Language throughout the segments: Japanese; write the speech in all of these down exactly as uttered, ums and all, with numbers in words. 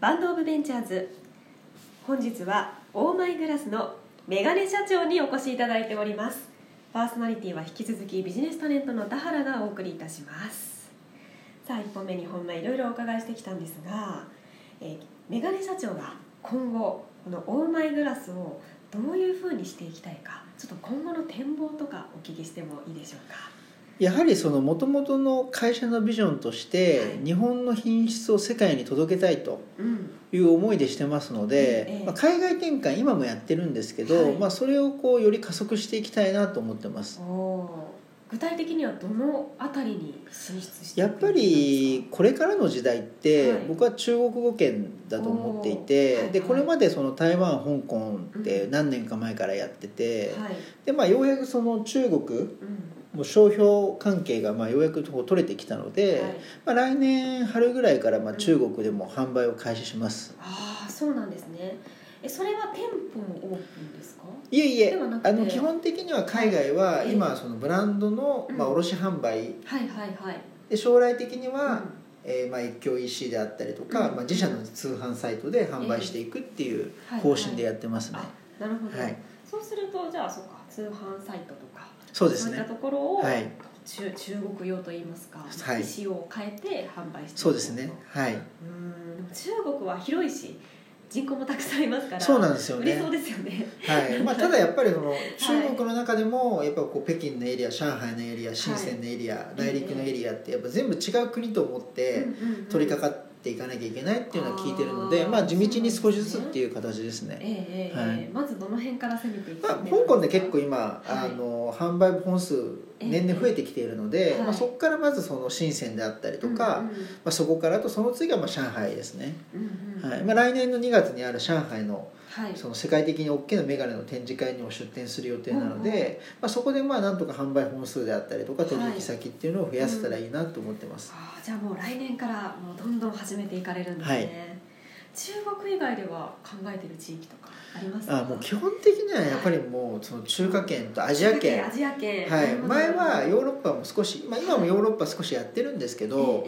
バンドオブベンチャーズ。本日はオーマイグラスのメガネ社長にお越しいただいております。パーソナリティは引き続きビジネスタレントの田原がお送りいたします。さあいっぽんめにほんまいろいろお伺いしてきたんですが、えー、メガネ社長が今後このオーマイグラスをどういうふうにしていきたいか、ちょっと今後の展望とかお聞きしてもいいでしょうか。 やはりその元々の会社のビジョンとして、はい、日本の品質を世界に届けたいという思いでしてますので、うんええまあ、海外展開今もやってるんですけど、はいまあ、それをこうより加速していきたいなと思ってます。 お具体的にはどのあたりに進出していくんですか？ やっぱりこれからの時代って、はい、僕は中国語圏だと思っていて、はいはい、でこれまでその台湾香港って何年か前からやってて、うんはいでまあ、ようやくその中国、うんもう商標関係がまあようやく取れてきたので、はいまあ、来年春ぐらいからまあ中国でも販売を開始します、 うん、ああそうなんですね。えそれは店舗もオープンですか？ いえいえあの基本的には海外は今そのブランドのまあ卸販売、はいはいはい、で将来的には、うんえー、まあ越境 イーシー であったりとか、うんまあ、自社の通販サイトで販売していくっていう方針でやってますね、 えーはいはい、なるほど、はい、そうするとじゃあそうか通販サイトとかそうですね、 そういったところを、はい、中, 中国用といいますか、はい、意思を変えて販売していくと。 そうですね、はい、 うん中国は広いし人口もたくさんいますからそうなんですよね、 売れそうですよね、 はいまあ、ただやっぱりその中国の中でもやっぱこう北京のエリア、上海のエリア、深センのエリア、はい、内陸のエリアってやっぱ全部違う国と思って取り掛かっていかなきゃいけないっていうのは聞いてるので、まあ、地道に少しずつっていう形ですね。 えーはい、まずどの辺から攻めていくか、 まあ、香港で結構今、はい、あの販売本数年々増えてきているので、えーまあ、そこからまずその深センであったりとか、はいまあ、そこからとその次はまあ上海ですね、うんうんはいまあ、来年のにがつにある上海のはい、その世界的に大きなメガネの展示会にも出展する予定なので、うんうんまあ、そこでまあなんとか販売本数であったりとか取引先っていうのを増やせたらいいなと思ってます、 はいうん、あじゃあもう来年からもうどんどん始めていかれるんですね、はい、中国以外では考えてる地域とかありますか？ あもう基本的にはやっぱりもうその中華圏とアジア圏、 アジア圏はい、前はヨーロッパも少し、まあ、今もヨーロッパ少しやってるんですけど、はい、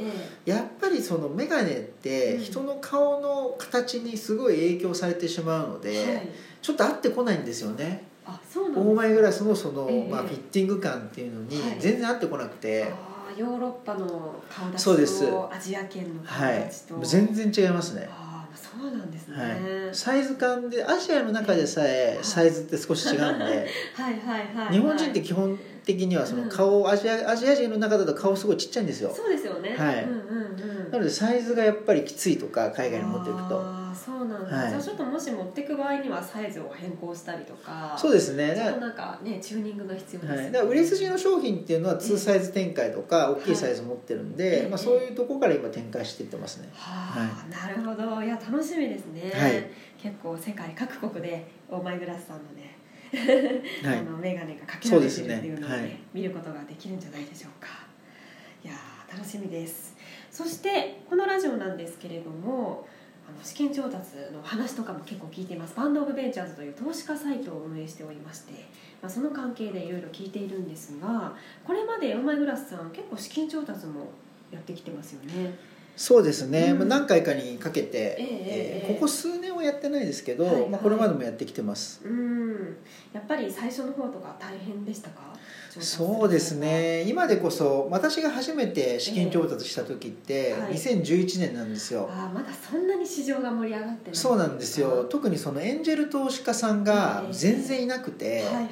やっぱりそのメガネって人の顔の形にすごい影響されてしまうので、はい、ちょっと合ってこないんですよね。 あそうなんですか。 オーマイグラスのその、えーまあ、フィッティング感っていうのに全然合ってこなくて、はい、あヨーロッパの顔立ちとアジア圏の顔立ちと、 はい、全然違いますね。 そうなんですね、 はい、サイズ感でアジアの中でさえサイズって少し違うんではいはいはい、日本人って基本的にはその顔、うん、アジア、アジア人の中だと顔すごいちっちゃいんですよ。 そうですよね、 はいうんうんうん、なのでサイズがやっぱりきついとか海外に持っていくとあそうなんだ、はい、じゃあちょっともし持っていく場合にはサイズを変更したりとかそうですね、 ちょっとなんかねチューニングが必要ですよね、はい、 だから売れ筋の商品っていうのはにサイズ展開とか大きいサイズ持ってるんで、はいまあ、そういうところから今展開していってますね、 はあ、はい、なるほど。いや楽しみですね、はい、結構世界各国でオーマイグラスさんのねあのメガネがかけられてるっていうのを、ねねはい、見ることができるんじゃないでしょうか。いや楽しみです。そしてこのラジオなんですけれどもあの資金調達の話とかも結構聞いています。バンドオブベンチャーズという投資家サイトを運営しておりまして、まあ、その関係でいろいろ聞いているんですがこれまでオーマイグラスさん結構資金調達もやってきてますよね。 そうですね、うん、何回かにかけて、えーえー、ここ数年はやってないですけど、はいはいまあ、これまでもやってきてます。 うんやっぱり最初の方とか大変でしたか？ そうですね今でこそ私が初めて資金調達した時ってにせんじゅういちねんなんですよ、 えーはい、あまだそんなに市場が盛り上がってない。 そうなんですよ。特にそのエンジェル投資家さんが全然いなくて、えーはいはい、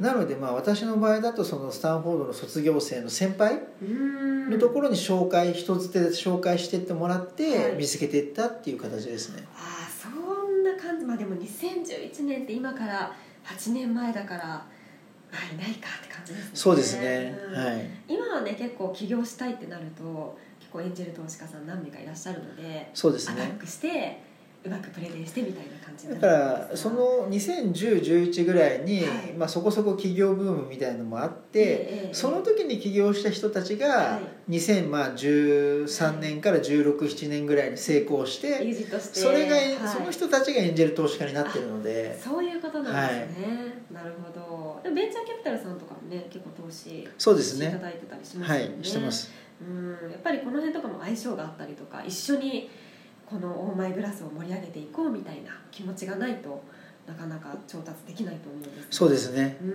なのでまあ私の場合だとそのスタンフォードの卒業生の先輩のところに紹介人づてで紹介していってもらって見つけていったっていう形ですね、 はい、あそんな感じ。まあでもにせんじゅういちねんって今からはちねんまえだからまあ、いないかって感じですね。 そうですね、うんはい、 今はね結構起業したいってなると結構エンジェル投資家さん何名かいらっしゃるのでそうですねアタックしてうまくプレゼンしてみたいな感じになるだからそのにせんじゅう、じゅういちぐらいに、はいまあ、そこそこ起業ブームみたいなのもあって、えー、その時に起業した人たちが、はい、にせんじゅうさんねんからじゅうろく、ななねんぐらいに成功して、はい、それが、はい、その人たちがエンジェル投資家になってるのでそういうことなんですね、はい、なるほど。でもベンチャーキャピタルさんとかもね結構投資そうですねしていただいてたりしますよね。 はいしてます。 うんやっぱりこの辺とかも相性があったりとか一緒にこのオーマイグラスを盛り上げていこうみたいな気持ちがないとなかなか調達できないと思うんです、ね、 そうですね。 うん、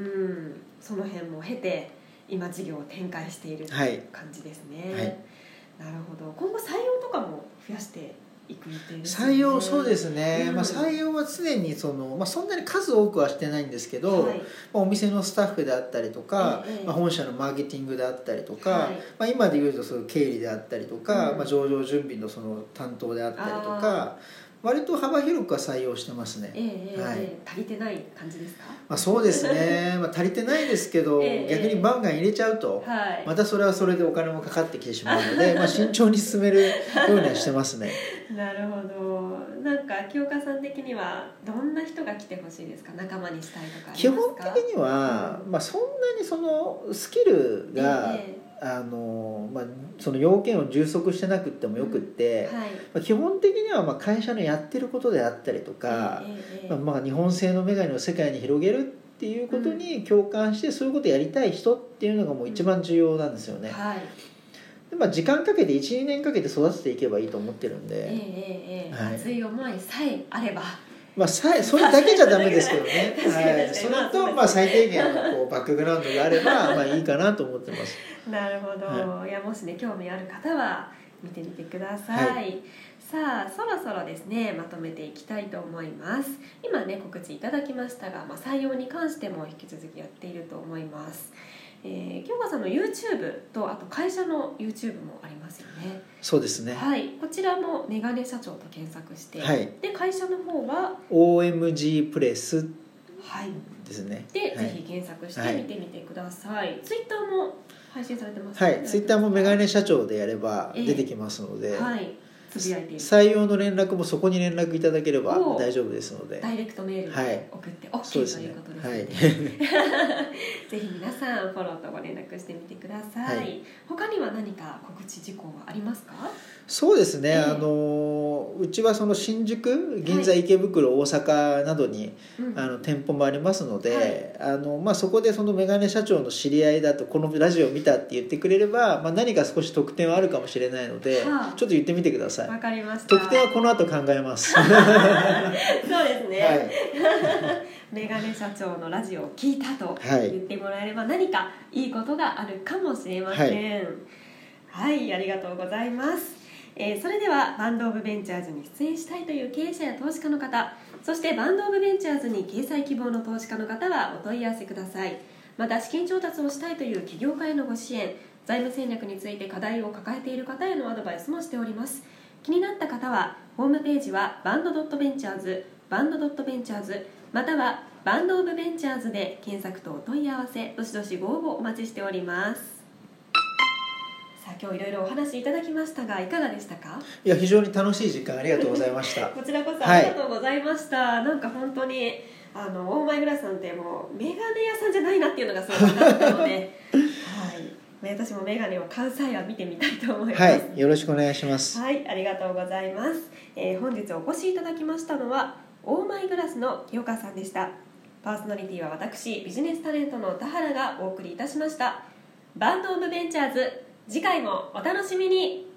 その辺も経て今事業を展開しているという感じですね、はいはい、なるほど。今後採用とかも増やしていく予定ですね。 採用、そうですね、 うん、 まあ、採用は常にその、まあ、そんなに数多くはしてないんですけど、はい、まあ、お店のスタッフであったりとか、ええ、まあ、本社のマーケティングであったりとか、はい、まあ、今でいうとその経理であったりとか、うん、まあ、上場準備のその担当であったりとか、割と幅広くは採用してますね、 ええ、はい、足りてない感じですか？ まあ、そうですね、まあ、足りてないですけど、ええ、逆にバンガン入れちゃうと、はい、またそれはそれでお金もかかってきてしまうのでまあ慎重に進めるようにはしてますねなるほど。なんか清香さん的にはどんな人が来てほしいですか？仲間にしたいとかありますか？ 基本的には、うん、まあ、そんなにそのスキルが、ええ、あのまあ、その要件を充足してなくってもよくって、うん、はい、まあ、基本的にはまあ会社のやってることであったりとか、えーえーまあ、まあ日本製のメガネを世界に広げるっていうことに共感して、うん、そういうことをやりたい人っていうのがもう一番重要なんですよね、うん、はい、で、まあ、時間かけて いちにねんかけて育てていけばいいと思ってるんで、えーえーはい、 熱い思いさえあれば、 まあ、さそれだけじゃダメですけどねはい、それとまあ最低限のこうバックグラウンドがあればまあいいかなと思ってますなるほど、はい、いやもしね興味ある方は見てみてください、はい、さあそろそろですねまとめていきたいと思います。今ね告知いただきましたが、まあ、採用に関しても引き続きやっていると思います。えー、京香さんの YouTube とあと会社の YouTube もありますよね。 そうですね、 はい、こちらもメガネ社長と検索して、はい、で会社の方はオーエムジー プレスですね、 はい、で、はい、ぜひ検索して見てみてください、はい、Twitter も配信されてますね。はい、Twitter もメガネ社長でやれば出てきますので、えーはい、 つぶやいている採用の連絡もそこに連絡いただければ大丈夫ですので、 ダイレクトメールで送って OK、はい、ということですね、はい、ぜひ皆さんフォローとご連絡してみてください、はい、他には何か告知事項はありますか？ そうですね、えー、あのうちはその新宿、銀座、池袋、はい、大阪などに、うん、あの店舗もありますので、はい、あのまあ、そこでそのメガネ社長の知り合いだとこのラジオを見たって言ってくれれば、まあ、何か少し特典はあるかもしれないので、はあ、ちょっと言ってみてください。 わかりました。 特典はこの後考えますそうですね、はいメガネ社長のラジオを聞いたと言ってもらえれば何かいいことがあるかもしれません。はい、はい、ありがとうございます。えー、それではバンドオブベンチャーズに出演したいという経営者や投資家の方、そしてバンドオブベンチャーズに掲載希望の投資家の方はお問い合わせください。また資金調達をしたいという起業家へのご支援、財務戦略について課題を抱えている方へのアドバイスもしております。気になった方はホームページはバンド .ventures バンド .ventures またはバンドオブベンチャーズで検索とお問い合わせ、どしどしご応募お待ちしております。さあ今日いろいろお話いただきましたがいかがでしたか？ いや非常に楽しい時間ありがとうございましたこちらこそありがとうございました、はい、なんか本当にあのオーマイグラスさんってもうメガネ屋さんじゃないなっていうのがすごい分かったのではい私もメガネを買う際は見てみたいと思います。 はい、よろしくお願いします。 はい、ありがとうございます、えー、本日お越しいただきましたのはオーマイグラスの清川さんでした。パーソナリティは私ビジネスタレントの田原がお送りいたしました。バンドオブベンチャーズ、次回もお楽しみに。